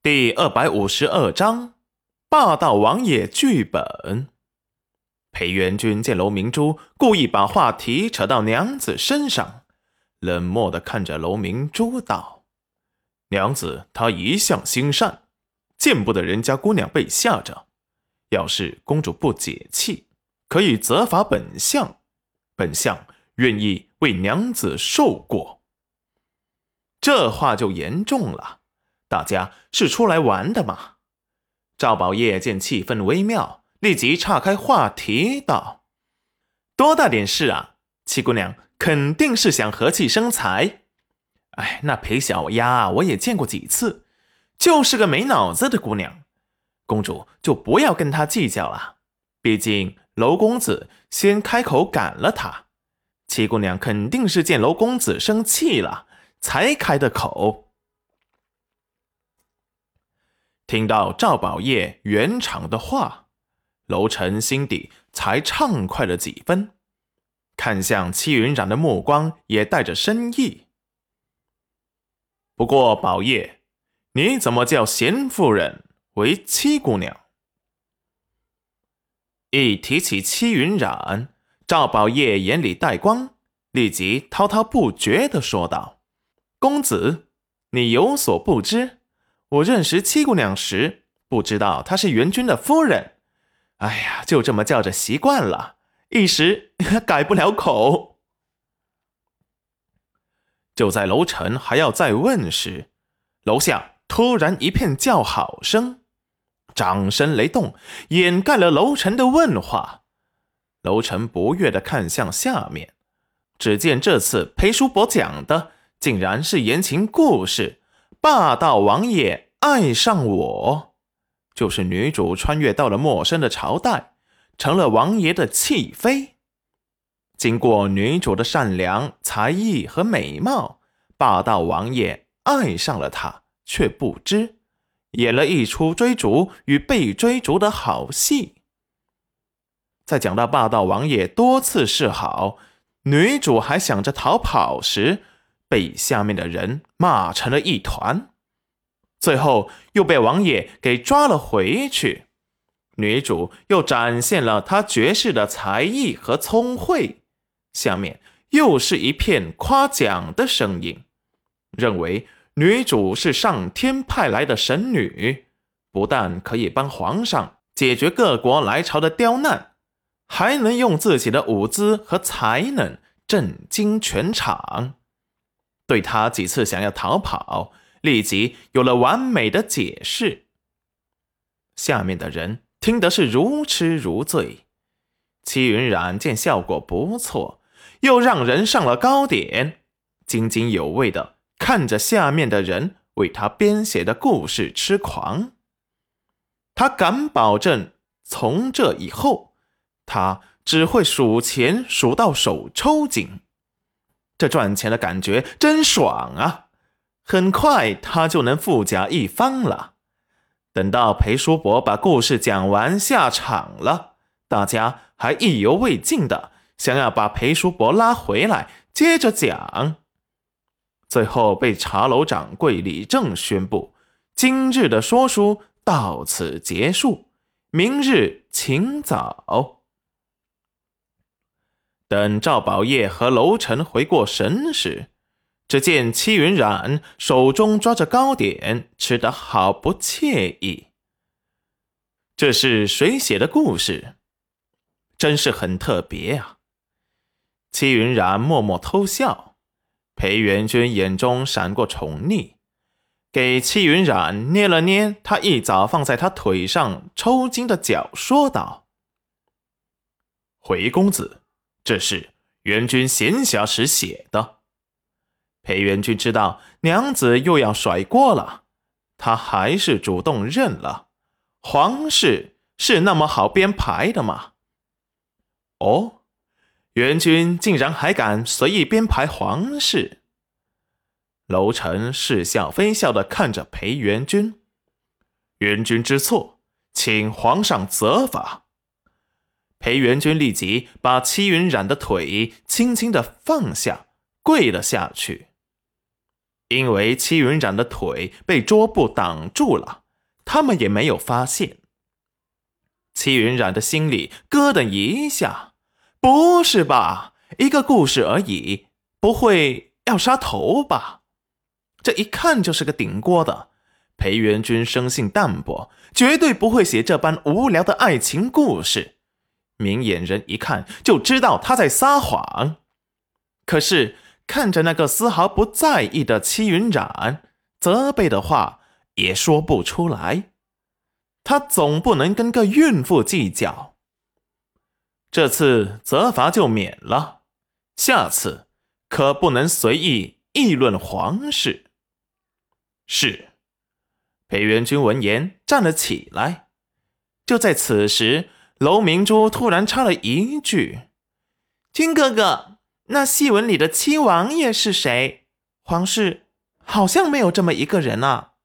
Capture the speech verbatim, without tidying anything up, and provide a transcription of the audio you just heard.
第二百五十二章霸道王爷剧本。裴元君见楼明珠故意把话题扯到娘子身上，冷漠地看着楼明珠道：娘子她一向心善，见不得人家姑娘被吓着，要是公主不解气，可以责罚本相，本相愿意为娘子受过。这话就严重了，大家是出来玩的嘛。赵宝业见气氛微妙，立即岔开话题道：多大点事啊，七姑娘肯定是想和气生财。哎，那裴小丫我也见过几次，就是个没脑子的姑娘，公主就不要跟她计较了，毕竟楼公子先开口赶了她，七姑娘肯定是见楼公子生气了才开的口。听到赵宝业圆场的话，楼臣心底才畅快了几分，看向戚云染的目光也带着深意。不过宝业，你怎么叫贤夫人为戚姑娘？一提起戚云染，赵宝业眼里带光，立即滔滔不绝地说道：公子，你有所不知，我认识戚姑娘时，不知道她是元君的夫人。哎呀，就这么叫着习惯了，一时改不了口。就在楼臣还要再问时，楼下突然一片叫好声，掌声雷动，掩盖了楼臣的问话。楼臣不悦地看向下面，只见这次裴叔伯讲的竟然是言情故事，霸道王爷爱上我，就是女主穿越到了陌生的朝代，成了王爷的弃妃。经过女主的善良、才艺和美貌，霸道王爷爱上了她，却不知，演了一出追逐与被追逐的好戏。在讲到霸道王爷多次示好，女主还想着逃跑时，被下面的人骂成了一团，最后又被王爷给抓了回去。女主又展现了她绝世的才艺和聪慧，下面又是一片夸奖的声音，认为女主是上天派来的神女，不但可以帮皇上解决各国来朝的刁难，还能用自己的舞姿和才能震惊全场。对她几次想要逃跑，立即有了完美的解释。下面的人听得是如痴如醉。戚云染见效果不错，又让人上了高点，津津有味地看着下面的人为他编写的故事痴狂。他敢保证，从这以后，他只会数钱数到手抽筋。这赚钱的感觉真爽啊！很快他就能富甲一方了。等到裴叔伯把故事讲完下场了，大家还意犹未尽的想要把裴叔伯拉回来接着讲。最后被茶楼掌柜李正宣布，今日的说书到此结束，明日请早。等赵宝业和楼臣回过神时，只见戚云染手中抓着糕点，吃得好不惬意。这是谁写的故事？真是很特别啊！戚云染默默偷笑，裴元君眼中闪过宠溺，给戚云染捏了捏他一早放在他腿上抽筋的脚，说道：回公子，这是元君闲暇时写的。裴元君知道娘子又要甩锅了，他还是主动认了。皇室是那么好编排的吗？哦，元君竟然还敢随意编排皇室。楼臣似笑非笑地看着裴元君，元君知错，请皇上责罚。裴元君立即把戚云染的腿轻轻地放下，跪了下去。 因为戚云染的腿被桌布挡住了，他们也没有发现。戚云染的心里咯噔一下，不是吧？一个故事而已，不会要杀头吧？这一看就是个顶锅的。裴元君生性淡薄，绝对不会写这般无聊的爱情故事。明眼人一看就知道他在撒谎。可是看着那个丝毫不在意的戚云染，责备的话也说不出来。他总不能跟个孕妇计较。这次责罚就免了，下次可不能随意议论皇室。是。裴元君闻言站了起来。就在此时，楼明珠突然插了一句：“君哥哥，那戏文里的七王爷是谁？皇室好像没有这么一个人啊。”